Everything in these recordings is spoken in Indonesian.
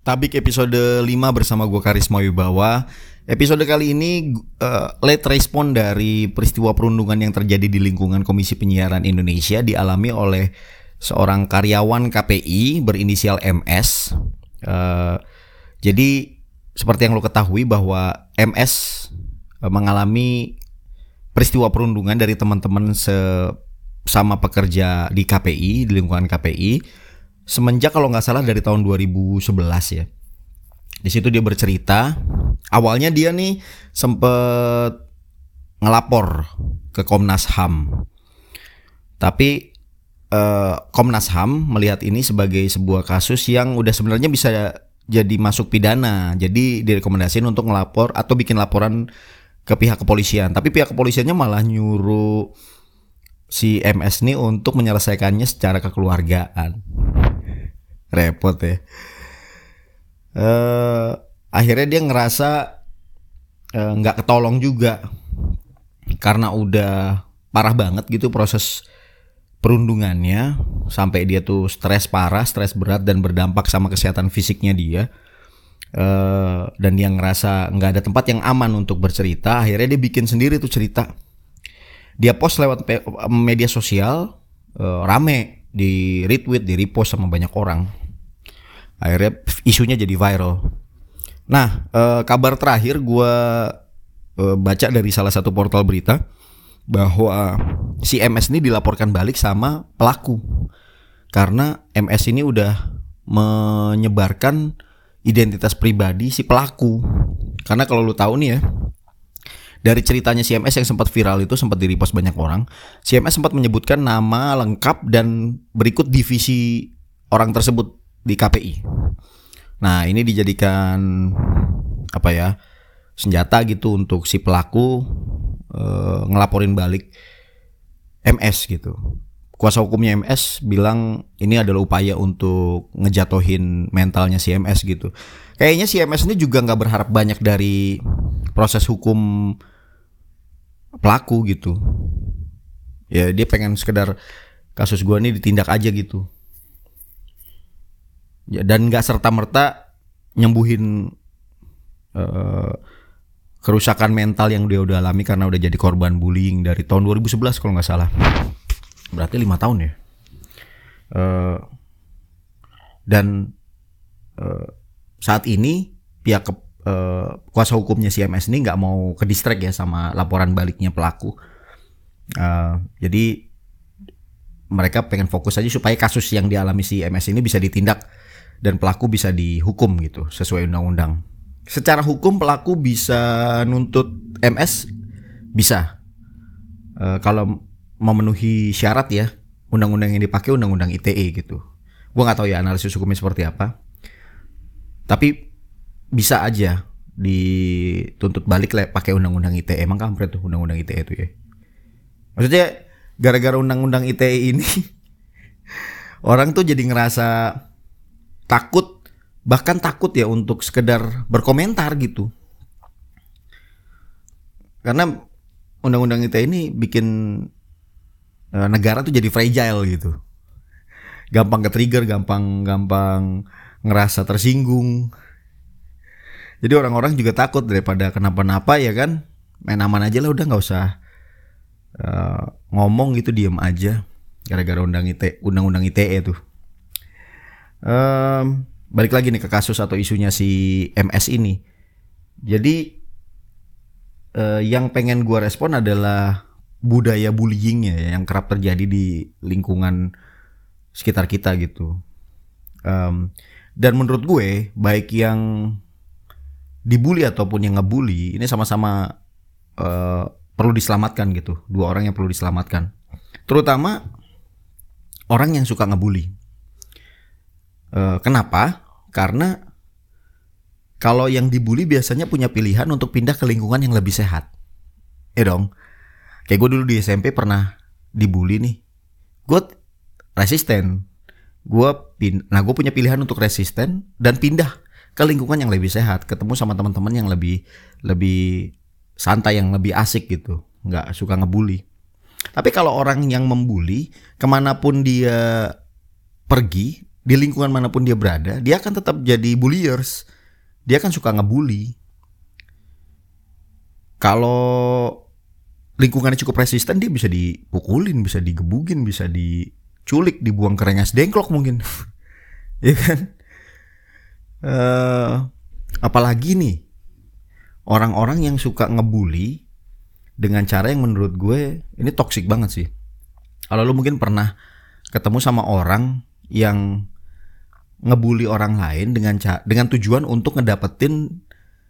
Tabik episode 5 bersama gue Karisma Wibawa. Episode kali ini late respon dari peristiwa perundungan yang terjadi di lingkungan Komisi Penyiaran Indonesia dialami oleh seorang karyawan KPI berinisial MS. Jadi seperti yang lo ketahui bahwa MS mengalami peristiwa perundungan dari teman-teman sama pekerja di KPI, di lingkungan KPI. Semenjak kalau nggak salah dari tahun 2011 ya. Di situ dia bercerita, awalnya dia nih sempet ngelapor ke Komnas HAM. Tapi Komnas HAM melihat ini sebagai sebuah kasus yang udah sebenarnya bisa jadi masuk pidana. Jadi direkomendasiin untuk ngelapor atau bikin laporan ke pihak kepolisian. Tapi pihak kepolisiannya malah nyuruh si MS nih untuk menyelesaikannya secara kekeluargaan. Repot ya. Akhirnya dia ngerasa nggak ketolong juga karena udah parah banget gitu proses perundungannya, sampai dia tuh stres parah, stres berat dan berdampak sama kesehatan fisiknya dia. Dan dia ngerasa nggak ada tempat yang aman untuk bercerita. Akhirnya dia bikin sendiri tuh cerita. Dia post lewat media sosial, rame, di retweet, di repost sama banyak orang. Akhirnya isunya jadi viral. Nah, kabar terakhir gue baca dari salah satu portal berita bahwa si MS ini dilaporkan balik sama pelaku karena MS ini udah menyebarkan identitas pribadi si pelaku. Karena kalau lu tahu nih ya, dari ceritanya si MS yang sempat viral itu, sempat di-repost banyak orang, si MS sempat menyebutkan nama lengkap dan berikut divisi orang tersebut di KPI. Nah, ini dijadikan senjata gitu untuk si pelaku ngelaporin balik MS gitu. Kuasa hukumnya MS bilang ini adalah upaya untuk ngejatohin mentalnya si MS gitu. Kayaknya si MS ini juga nggak berharap banyak dari proses hukum pelaku gitu. Ya dia pengen sekedar kasus gua nih ditindak aja gitu. Ya, dan nggak serta-merta nyembuhin kerusakan mental yang dia udah alami karena udah jadi korban bullying dari tahun 2011 kalau nggak salah. Berarti 5 tahun ya. Dan saat ini pihak kuasa hukumnya si MS ini nggak mau ke distract ya sama laporan baliknya pelaku. Jadi mereka pengen fokus aja supaya kasus yang dialami si MS ini bisa ditindak dan pelaku bisa dihukum gitu sesuai undang-undang. Secara hukum pelaku bisa nuntut MS, bisa kalau memenuhi syarat ya, undang-undang yang dipakai undang-undang ITE gitu. Gue nggak tahu ya analisis hukumnya seperti apa, tapi bisa aja dituntut balik lah pakai undang-undang ITE. Emang kampret tuh undang-undang ITE itu ya. Maksudnya gara-gara undang-undang ITE ini orang tuh jadi ngerasa takut, bahkan takut ya untuk sekedar berkomentar gitu. Karena undang-undang ITE ini bikin negara tuh jadi fragile gitu. Gampang ke-trigger, gampang ngerasa tersinggung. Jadi orang-orang juga takut daripada kenapa-napa ya kan. Main aman aja lah, udah gak usah ngomong gitu, diem aja. Gara-gara undang-undang ITE tuh. Balik lagi nih ke kasus atau isunya si MS ini. Jadi yang pengen gue respon adalah budaya bullyingnya yang kerap terjadi di lingkungan sekitar kita gitu. Dan menurut gue baik yang dibully ataupun yang ngebully ini sama-sama perlu diselamatkan gitu. Dua orang yang perlu diselamatkan. Terutama orang yang suka ngebully. Kenapa? Karena kalau yang dibully biasanya punya pilihan untuk pindah ke lingkungan yang lebih sehat. Dong. Kayak gue dulu di SMP pernah dibully nih. Gue resisten. Gue punya pilihan untuk resisten dan pindah ke lingkungan yang lebih sehat, ketemu sama teman-teman yang lebih santai, yang lebih asik gitu, nggak suka ngebully. Tapi kalau orang yang membuli, kemanapun dia pergi, di lingkungan manapun dia berada, dia akan tetap jadi bulliers. Dia kan suka ngebully. Kalau lingkungannya cukup resisten, dia bisa dipukulin, bisa digebugin, bisa diculik, dibuang ke Rengas Dengklok mungkin. Ya kan? Apalagi nih orang-orang yang suka ngebully dengan cara yang menurut gue ini toksik banget sih. Kalau lu mungkin pernah ketemu sama orang yang ngebully orang lain dengan tujuan untuk ngedapetin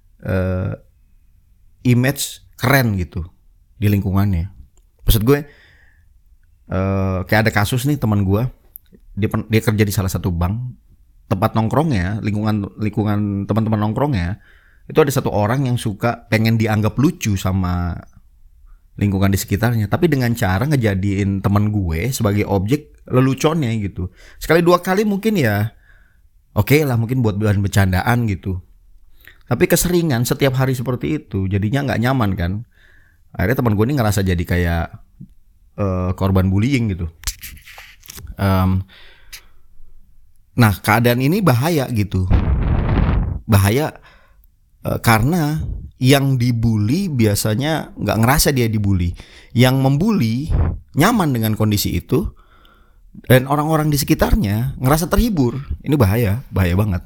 image keren gitu di lingkungannya. Maksud gue kayak ada kasus nih teman gue, dia kerja di salah satu bank, tempat nongkrongnya, lingkungan teman-teman nongkrongnya itu ada satu orang yang suka pengen dianggap lucu sama lingkungan di sekitarnya, tapi dengan cara ngejadiin teman gue sebagai objek leluconnya gitu. Sekali dua kali mungkin ya oke lah, mungkin buat bahan bercandaan gitu. Tapi keseringan setiap hari seperti itu jadinya nggak nyaman kan. Akhirnya teman gue ini ngerasa jadi kayak korban bullying gitu. Nah keadaan ini bahaya gitu. Bahaya karena yang dibully biasanya nggak ngerasa dia dibully. Yang membuli nyaman dengan kondisi itu. Dan orang-orang di sekitarnya ngerasa terhibur. Ini bahaya banget.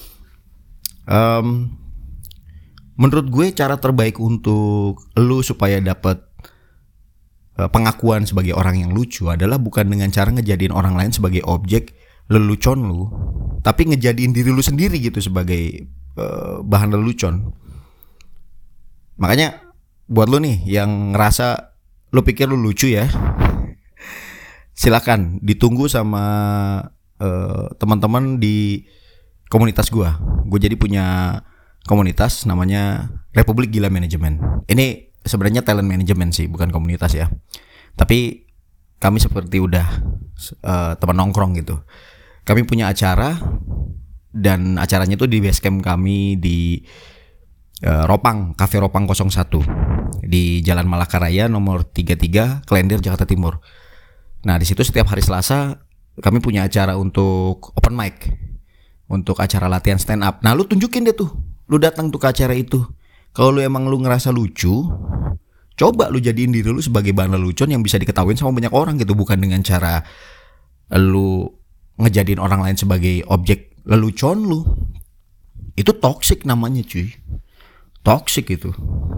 Menurut gue cara terbaik untuk lu supaya dapat pengakuan sebagai orang yang lucu adalah bukan dengan cara ngejadiin orang lain sebagai objek lelucon lu, tapi ngejadiin diri lu sendiri gitu sebagai bahan lelucon. Makanya buat lu nih yang ngerasa lu pikir lu lucu ya, silakan ditunggu sama teman-teman di komunitas gue. Gue jadi punya komunitas namanya Republik Gila Manajemen. Ini sebenarnya talent management sih, bukan komunitas ya. Tapi kami seperti udah teman nongkrong gitu. Kami punya acara dan acaranya itu di base camp kami di Ropang, Cafe Ropang 01 di Jalan Malaka Raya nomor 33, Klender, Jakarta Timur. Nah, di situ setiap hari Selasa kami punya acara untuk open mic, untuk acara latihan stand up. Nah, lu tunjukin deh tuh. Lu datang tuh ke acara itu. Kalau lu emang lu ngerasa lucu, coba lu jadiin diri lu sebagai bahan lelucon yang bisa diketahuin sama banyak orang gitu, bukan dengan cara lu ngejadiin orang lain sebagai objek lelucon lu. Itu toxic namanya, cuy. Toxic itu.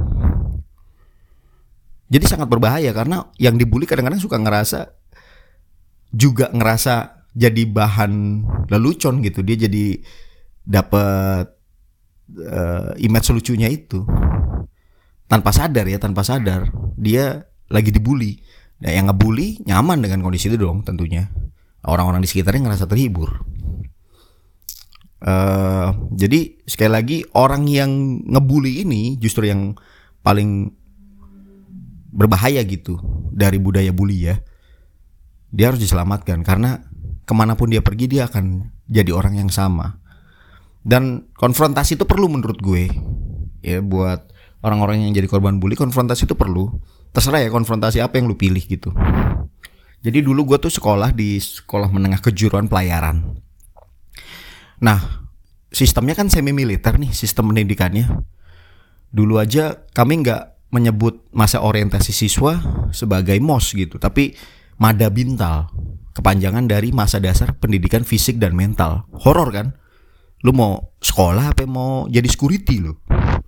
Jadi sangat berbahaya karena yang dibully kadang-kadang suka ngerasa jadi bahan lelucon gitu. Dia jadi dapat image lucunya itu tanpa sadar dia lagi dibully. Nah, yang ngebully nyaman dengan kondisi itu dong tentunya. Orang-orang di sekitarnya ngerasa terhibur. Jadi sekali lagi orang yang ngebully ini justru yang paling berbahaya gitu dari budaya bully ya. Dia harus diselamatkan karena kemanapun dia pergi dia akan jadi orang yang sama. Dan konfrontasi itu perlu menurut gue ya, buat orang-orang yang jadi korban bully. Konfrontasi itu perlu. Terserah ya konfrontasi apa yang lu pilih gitu. Jadi dulu gue tuh sekolah di sekolah menengah kejuruan pelayaran. Nah sistemnya kan semi militer nih sistem pendidikannya. Dulu aja kami gak menyebut masa orientasi siswa sebagai MOS gitu, tapi Mada Bintal, kepanjangan dari masa dasar pendidikan fisik dan mental. Horor kan? Lu mau sekolah apa mau jadi security lu?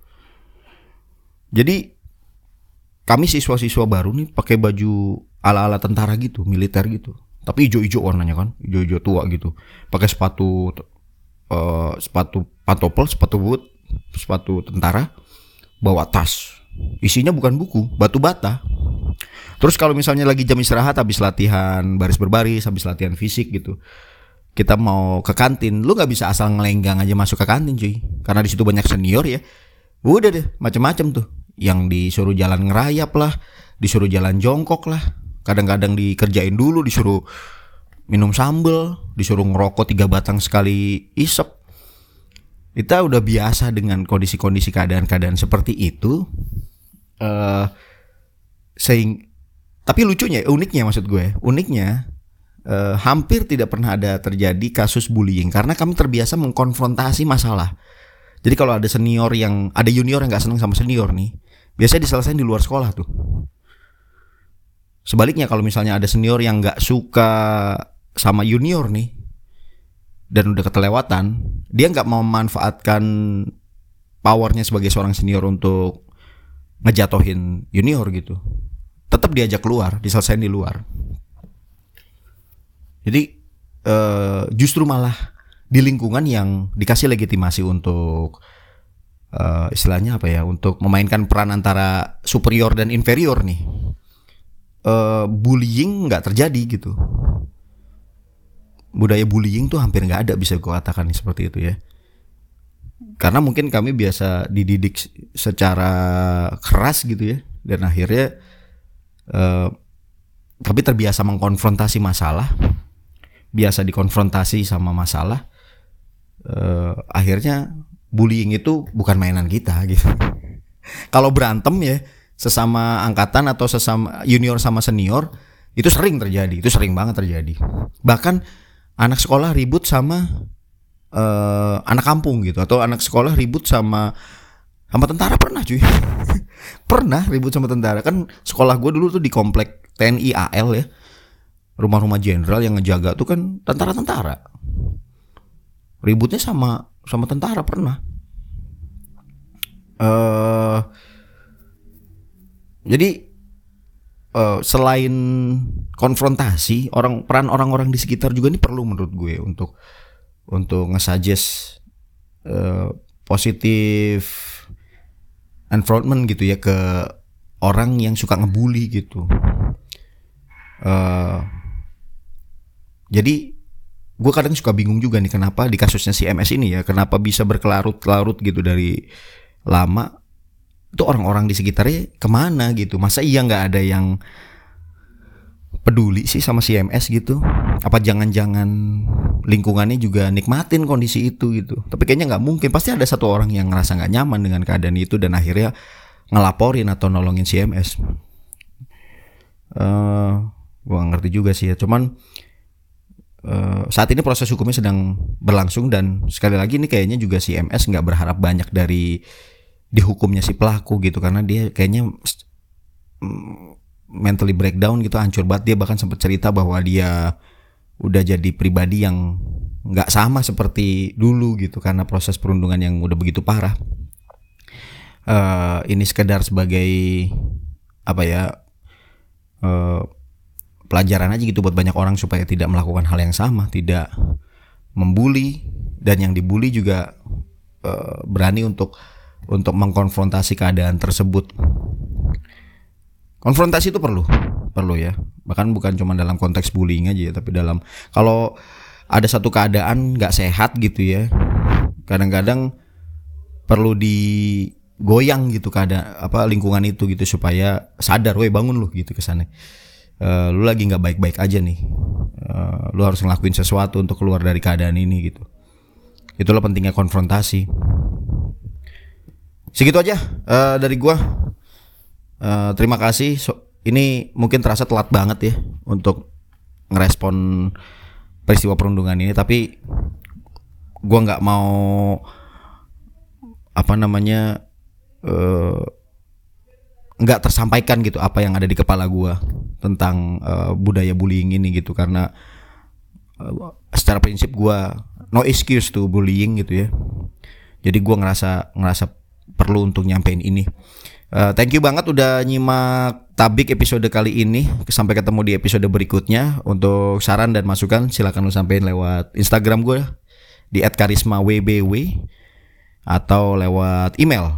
Jadi kami siswa-siswa baru nih pakai baju ala-ala tentara gitu, militer gitu. Tapi hijau-hijau warnanya kan, hijau-hijau tua gitu. Pakai sepatu pantopel, sepatu boot, sepatu tentara, bawa tas. Isinya bukan buku, batu bata. Terus kalau misalnya lagi jam istirahat habis latihan baris berbaris, habis latihan fisik gitu, kita mau ke kantin, lu nggak bisa asal ngelenggang aja masuk ke kantin cuy, karena di situ banyak senior ya. Udah deh macam-macam tuh, yang disuruh jalan ngerayap lah, disuruh jalan jongkok lah, kadang-kadang dikerjain dulu, disuruh minum sambel, disuruh ngerokok 3 batang sekali isep. Kita udah biasa dengan kondisi-kondisi keadaan-keadaan seperti itu. Tapi lucunya, uniknya hampir tidak pernah ada terjadi kasus bullying karena kami terbiasa mengkonfrontasi masalah. Jadi kalau ada junior yang nggak senang sama senior nih, biasanya diselesain di luar sekolah tuh. Sebaliknya kalau misalnya ada senior yang nggak suka sama junior nih dan udah ketelewatan, dia nggak mau memanfaatkan powernya sebagai seorang senior untuk ngejatohin junior gitu. Tetap diajak keluar, diselesain di luar. Jadi justru malah di lingkungan yang dikasih legitimasi untuk istilahnya apa ya, untuk memainkan peran antara superior dan inferior nih, bullying nggak terjadi gitu. Budaya bullying tuh hampir nggak ada, bisa gue katakan seperti itu ya. Karena mungkin kami biasa dididik secara keras gitu ya, dan akhirnya tapi terbiasa mengkonfrontasi masalah, biasa dikonfrontasi sama masalah, akhirnya bullying itu bukan mainan kita gitu. Kalau berantem ya sesama angkatan atau sesama junior sama senior itu sering terjadi, itu sering banget terjadi. Bahkan anak sekolah ribut sama anak kampung gitu, atau anak sekolah ribut sama tentara pernah cuy. Pernah ribut sama tentara. Kan sekolah gue dulu tuh di komplek TNI AL ya, rumah-rumah jenderal, yang ngejaga tuh kan tentara-tentara. Ributnya sama tentara pernah. Jadi selain konfrontasi, peran orang-orang di sekitar juga ini perlu menurut gue untuk nge-suggest positif environment gitu ya ke orang yang suka ngebully gitu. Jadi gue kadang suka bingung juga nih kenapa di kasusnya si MS ini ya, kenapa bisa berkelarut-larut gitu dari lama. Itu orang-orang di sekitarnya kemana gitu? Masa iya nggak ada yang peduli sih sama si MS gitu? Apa jangan-jangan lingkungannya juga nikmatin kondisi itu gitu? Tapi kayaknya nggak mungkin. Pasti ada satu orang yang ngerasa nggak nyaman dengan keadaan itu dan akhirnya ngelaporin atau nolongin si MS. Gue nggak ngerti juga sih ya. Cuman saat ini proses hukumnya sedang berlangsung dan sekali lagi ini kayaknya juga si MS nggak berharap banyak dari dihukumnya si pelaku gitu, karena dia kayaknya mentally breakdown gitu, hancur banget. Dia bahkan sempat cerita bahwa dia udah jadi pribadi yang nggak sama seperti dulu gitu karena proses perundungan yang udah begitu parah. Ini sekedar sebagai apa ya, pelajaran aja gitu buat banyak orang supaya tidak melakukan hal yang sama, tidak membuli, dan yang dibully juga berani untuk mengkonfrontasi keadaan tersebut. Konfrontasi itu perlu ya. Bahkan bukan cuma dalam konteks bullying aja ya, tapi dalam kalau ada satu keadaan nggak sehat gitu ya, kadang-kadang perlu digoyang gitu keadaan lingkungan itu gitu supaya sadar, weh bangun lu gitu kesana. Lu lagi nggak baik-baik aja nih. Lu harus ngelakuin sesuatu untuk keluar dari keadaan ini gitu. Itulah pentingnya konfrontasi. Segitu aja dari gua. Terima kasih. Ini mungkin terasa telat banget ya untuk ngerespon peristiwa perundungan ini, tapi gua nggak mau nggak tersampaikan gitu apa yang ada di kepala gua tentang budaya bullying ini gitu, karena secara prinsip gua no excuse to bullying gitu ya. Jadi gua ngerasa perlu untuk nyampein ini. Thank you banget udah nyimak Tabik episode kali ini. Sampai ketemu di episode berikutnya. Untuk saran dan masukan silakan lu sampein lewat Instagram gue di @karismawbw atau lewat email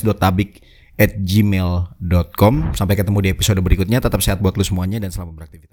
podcast.tabik@gmail.com. Sampai ketemu di episode berikutnya. Tetap sehat buat lu semuanya dan selamat beraktivitas.